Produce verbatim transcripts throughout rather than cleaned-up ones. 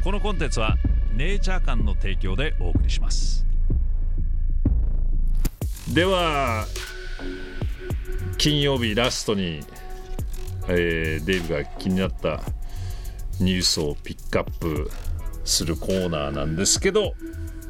このコンテンツはネイチャー館の提供でお送りします。では金曜日ラストに、えー、デイブが気になったニュースをピックアップするコーナーなんですけど、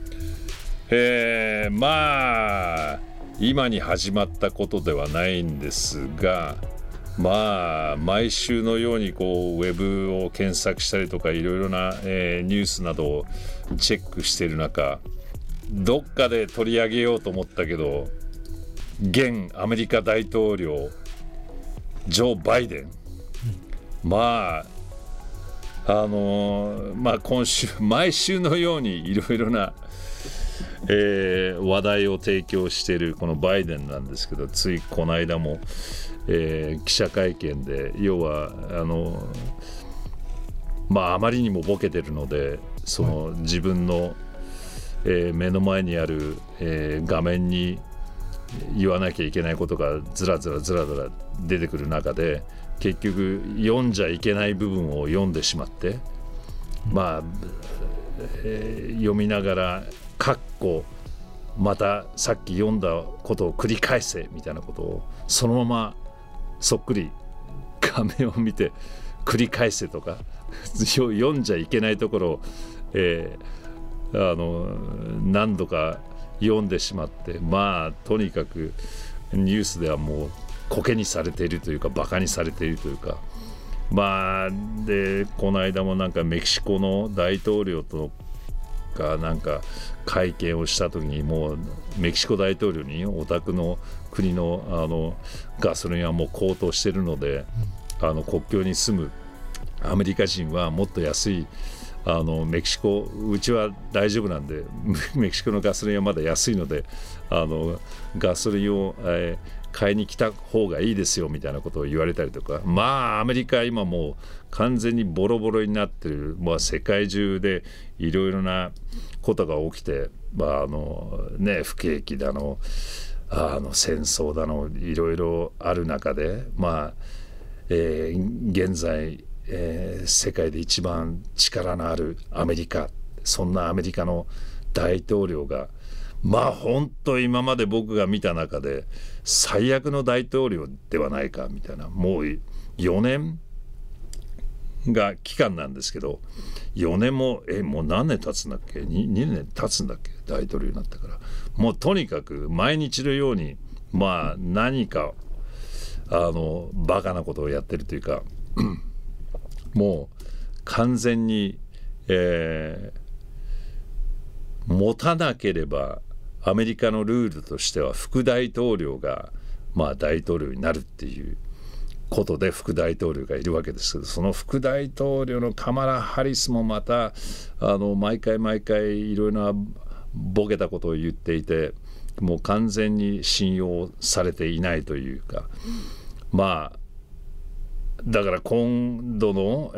えー、まあ今に始まったことではないんですが、まあ毎週のようにこうウェブを検索したりとかいろいろな、えー、ニュースなどをチェックしている中、どっかで取り上げようと思ったけど、現アメリカ大統領ジョー・バイデン、うん、まああのー、まあ今週毎週のようにいろいろな、えー、話題を提供しているこのバイデンなんですけど、ついこの間も、えー、記者会見で、要はあのまああまりにもボケてるので、その、はい、自分の、えー、目の前にある、えー、画面に言わなきゃいけないことがずらずらずらずら出てくる中で、結局読んじゃいけない部分を読んでしまって、うん、まあ、えー、読みながらかっこまたさっき読んだことを繰り返せみたいなことをそのままそっくり画面を見て繰り返せとか読んじゃいけないところを、えー、あの何度か読んでしまって、まあとにかくニュースではもうコケにされているというかバカにされているというか、まあでこの間もなんかメキシコの大統領とかなんか会見をした時に、もうメキシコ大統領にお宅の国のあのガソリンはもう高騰してるので、あの国境に住むアメリカ人はもっと安いあのメキシコ、うちは大丈夫なんでメキシコのガソリンはまだ安いので、あのガソリンを、えー買いに来た方がいいですよみたいなことを言われたりとか、まあアメリカは今もう完全にボロボロになってる、まあ、世界中でいろいろなことが起きて、まああのね、不景気だのあの戦争だのいろいろある中で、まあ、えー、現在、えー、世界で一番力のあるアメリカ、そんなアメリカの大統領がまあ本当今まで僕が見た中で最悪の大統領ではないかみたいな、もうよねんが期間なんですけど、よねんもえもう何年経つんだっけ 2, 2年経つんだっけ大統領になったから、もうとにかく毎日のようにまあ何かあのバカなことをやってるというかもう完全に、えー、持たなければアメリカのルールとしては副大統領がまあ大統領になるっていうことで副大統領がいるわけですけど、その副大統領のカマラ・ハリスもまたあの毎回毎回いろいろなボケたことを言っていて、もう完全に信用されていないというか、まあだから今度の、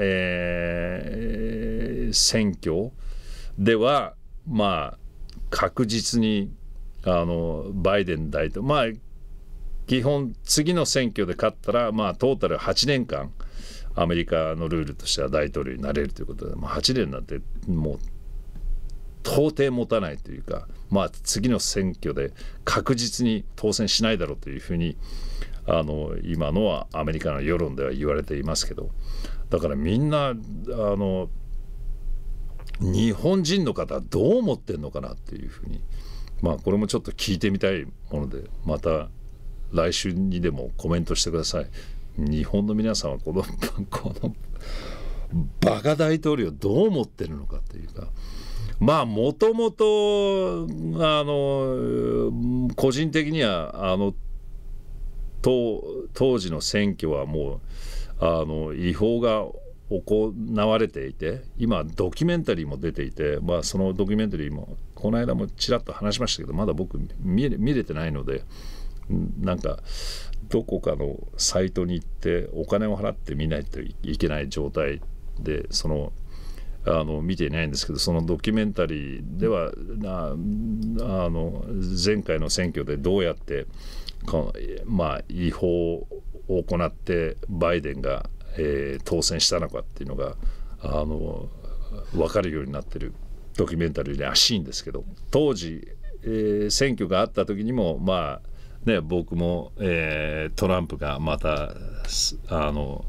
えー、選挙ではまあ確実にあのバイデン大統領、まあ基本次の選挙で勝ったらまあトータルはちねんかんアメリカのルールとしては大統領になれるということで、まあ、はちねんなんてもう到底持たないというか、まあ次の選挙で確実に当選しないだろうというふうにあの今のはアメリカの世論では言われていますけど、だからみんなあの日本人の方はどう思ってんのかなっていうふうに、まあこれもちょっと聞いてみたいもので、また来週にでもコメントしてください。日本の皆さんはこのこのバカ大統領どう思ってるのかっていうか、まあもともとあの個人的にはあの当, 当時の選挙はもうあの違法が行われていて、今ドキュメンタリーも出ていて、まあ、そのドキュメンタリーもこの間もちらっと話しましたけど、まだ僕 見, れ見れてないので、なんかどこかのサイトに行ってお金を払って見ないといけない状態でそのあの見ていないんですけど、そのドキュメンタリーではああの前回の選挙でどうやってこの、まあ、違法を行ってバイデンが、えー、当選したのかっていうのがあの分かるようになってるドキュメンタリーらしいんですけど、当時、えー、選挙があった時にもまあね、僕も、えー、トランプがまたあの、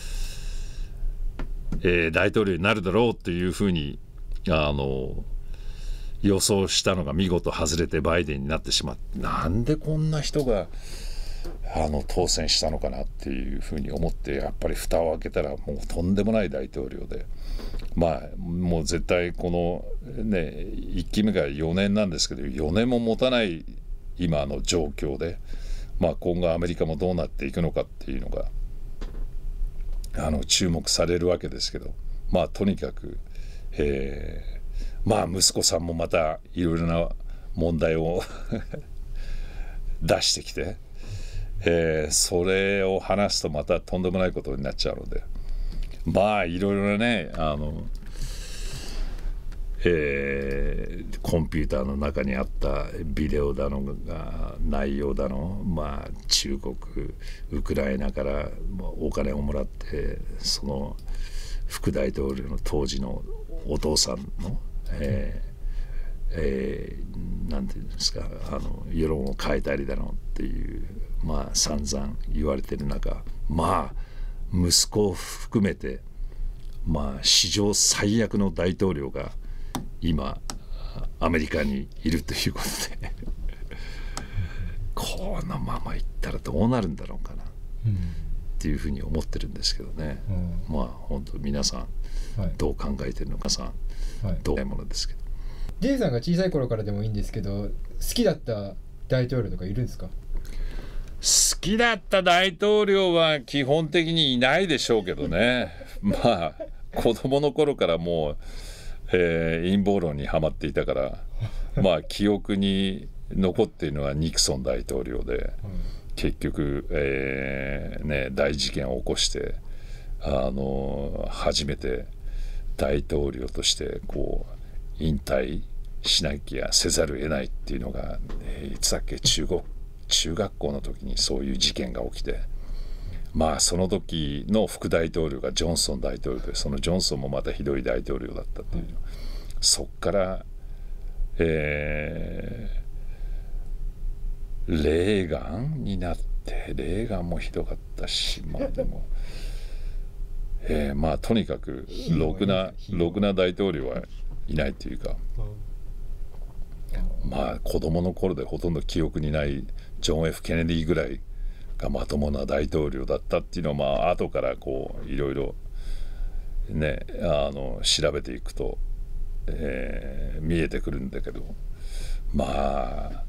えー、大統領になるだろうっていうふうにあの予想したのが見事外れてバイデンになってしまって、なんでこんな人があの当選したのかなっていうふうに思って、やっぱり蓋を開けたらもうとんでもない大統領で、まあもう絶対このねいっきめがよねんなんですけど、よねんも持たない今の状況で、まあ今後アメリカもどうなっていくのかっていうのがあの注目されるわけですけど、まあとにかく、えー、まあ息子さんもまたいろいろな問題を出してきて、えー、それを話すとまたとんでもないことになっちゃうので、まあいろいろなねあの、えー、コンピューターの中にあったビデオだのが内容だの、まあ中国ウクライナからお金をもらってその副大統領の当時のお父さんの、えーえー、なんていうんですか、あの世論を変えたりだのっていうまあ散々言われてる中、まあ息子を含めてまあ史上最悪の大統領が今アメリカにいるということでこのままいったらどうなるんだろうかなっていうふうに思ってるんですけどね、うん、まあ本当皆さんどう考えてるのかさ、はい、どういうものですけど、 J さんが小さい頃からでもいいんですけど、好きだった大統領とかいるんですか？ 好きだった大統領は基本的にいないでしょうけどねまあ子供の頃からもう、えー、陰謀論にはまっていたからまあ記憶に残っているのはニクソン大統領で、うん、結局、えーね、大事件を起こしてあの初めて大統領としてこう引退しなきゃせざるを得ないっていうのが、えー、いつだっけ中国中学校の時にそういう事件が起きて、まあその時の副大統領がジョンソン大統領で、そのジョンソンもまたひどい大統領だったっていう、そっから、えー、レーガンになって、レーガンもひどかったし、まあでも、えー、まあとにかくろくなろくな大統領はいないというか、まあ子供の頃でほとんど記憶にないジョン・ F ・ケネディぐらいがまともな大統領だったっていうのは、まあ後からこういろいろねあの調べていくと、えー、見えてくるんだけど、まあ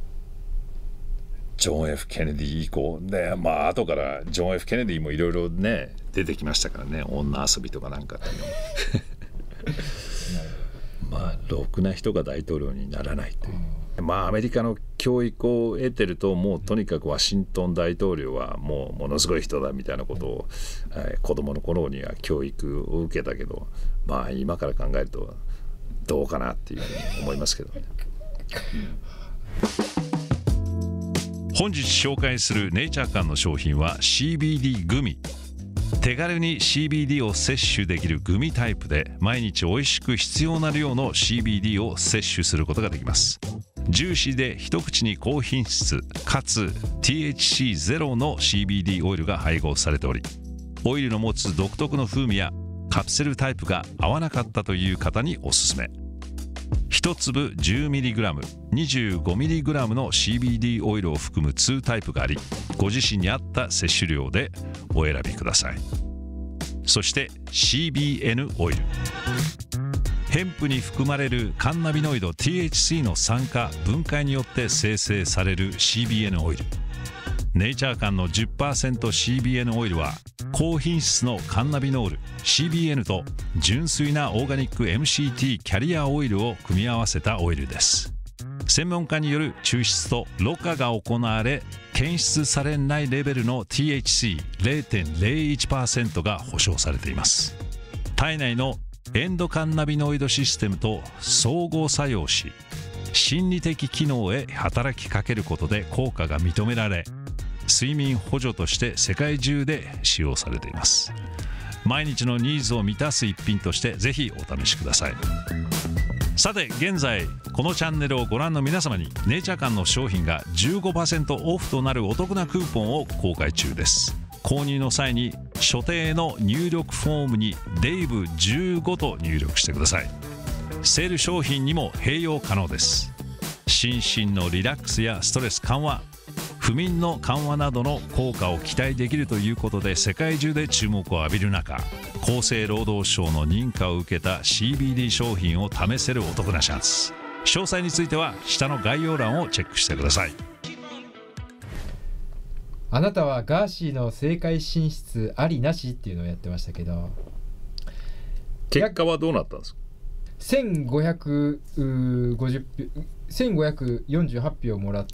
ジョン・ F ・ケネディ以降で、まあ後からジョン・ F ・ケネディもいろいろね出てきましたからね、女遊びとかなんかっていうのもまあろくな人が大統領にならないという、まあアメリカの教育を得てると、もうとにかくワシントン大統領はもうものすごい人だみたいなことを、えー、子供の頃には教育を受けたけど、まあ今から考えるとどうかなっていうふうに思いますけどね、 うん、本日紹介するネイチャー館の商品は シービーディー グミ。手軽に シービーディー を摂取できるグミタイプで、毎日おいしく必要な量の シービーディー を摂取することができます。ジューシーで一口に高品質かつ ティーエイチシーゼロ の シービーディー オイルが配合されており、オイルの持つ独特の風味やカプセルタイプが合わなかったという方におすすめ。いち粒 じゅうミリグラム、にじゅうごミリグラム の シービーディー オイルを含むにタイプがあり、ご自身に合った摂取量でお選びください。そして シービーエヌ オイル、ヘンプに含まれるカンナビノイド ティーエイチシー の酸化分解によって生成される シービーエヌ オイル。ネイチャー館の じゅっパーセントシービーエヌ オイルは高品質のカンナビノール シービーエヌ と純粋なオーガニック エムシーティー キャリアオイルを組み合わせたオイルです。専門家による抽出とろ過が行われ、検出されないレベルの ティーエイチシーゼロてんゼロいちパーセント が保証されています。体内のエンドカンナビノイドシステムと相互作用し、心理的機能へ働きかけることで効果が認められ、睡眠補助として世界中で使用されています。 毎日のニーズを満たす一品としてぜひお試しください。さて現在このチャンネルをご覧の皆様にネイチャー館の商品が じゅうごパーセント オフとなるお得なクーポンを公開中です。購入の際に所定の入力フォームに デイブじゅうご と入力してください。セール商品にも併用可能です。心身のリラックスやストレス緩和、不眠の緩和などの効果を期待できるということで世界中で注目を浴びる中、厚生労働省の認可を受けた シービーディー 商品を試せるお得なチャンス。詳細については下の概要欄をチェックしてください。 あなたはガーシーの政界進出ありなしっていうのをやってましたけど、 結果はどうなったんですか？ せんごひゃくごじゅうせんごひゃくよんじゅうはち票もらって、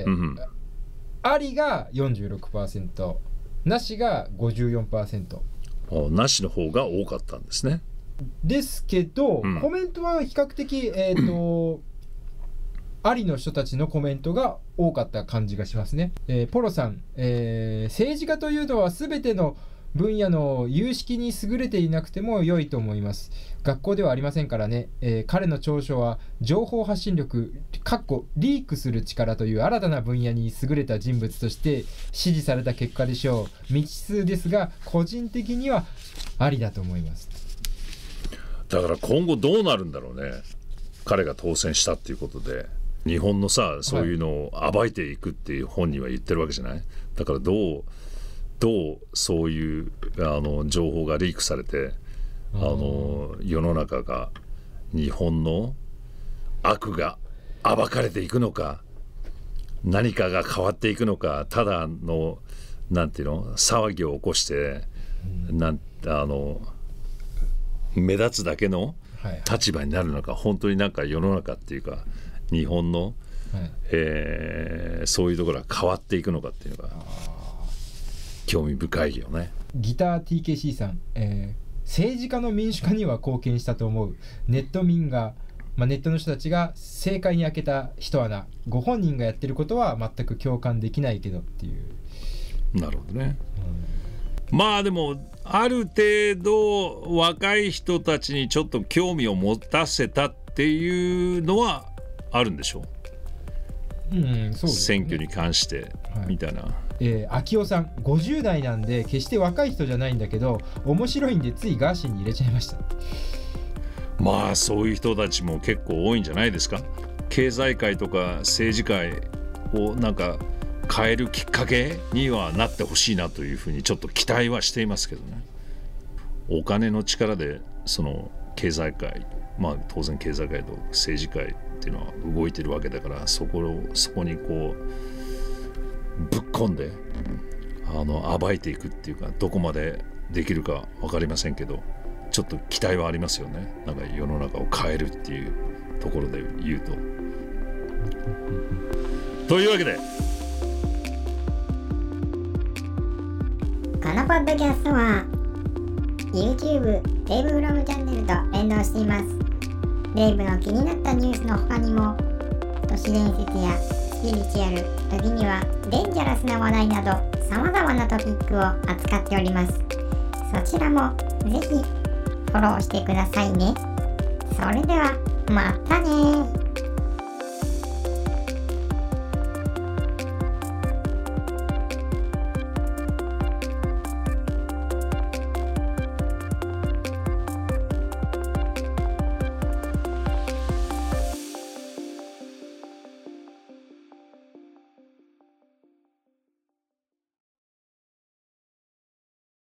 うんうん、ありが よんじゅうろくパーセント、 なしが ごじゅうよんパーセント。 なしの方が多かったんですね。 ですけど、うん、コメントは比較的、えーとありの人たちのコメントが多かった感じがしますね。えー、ポロさん、えー、政治家というのは全ての分野の有識に優れていなくても良いと思います。学校ではありませんからね。えー、彼の長所は情報発信力、かっこリークする力という新たな分野に優れた人物として支持された結果でしょう。未知数ですが個人的にはありだと思います。 だから今後どうなるんだろうね。彼が当選したっていうことで日本のさ、そういうのを暴いていくっていう本人は言ってるわけじゃない。だからどうどうそういうあの情報がリークされて、あの世の中が日本の悪が暴かれていくのか、何かが変わっていくのか、ただのなんていうの騒ぎを起こして、うん、なんあの目立つだけの立場になるのか、はいはい、本当になんか世の中っていうか日本の、はいえー、そういうところが変わっていくのかっていうのが興味深いよね。 ギター ティーケーシー さん、えー、政治家の民主化には貢献したと思う。ネット民が、まあ、ネットの人たちが政界に開けた一穴、ご本人がやってることは全く共感できないけどっていう。 なるほどね、うん、まあでもある程度若い人たちにちょっと興味を持たせたっていうのはあるんでしょう、うん、そうですね、選挙に関して、はい、みたいな。 えー、秋夫さんごじゅう代なんで決して若い人じゃないんだけど面白いんでついガーシーに入れちゃいました。 まあそういう人たちも結構多いんじゃないですか。経済界とか政治界をなんか変えるきっかけにはなってほしいなというふうにちょっと期待はしていますけどね。お金の力でその経済界、まあ当然経済界と政治界っていうのは動いてるわけだから、そこをそこにこうぶっ込んであの暴いていくっていうか、どこまでできるか分かりませんけど、ちょっと期待はありますよね。なんか世の中を変えるっていうところで言うと。というわけでこのポッドキャストは YouTube デイブフロムチャンネルと連動しています。デイブの気になったニュースの他にも都市伝説やスピリチュアル、時にはデンジャラスな話題などさまざまなトピックを扱っております。そちらもぜひフォローしてくださいね。それではまたね。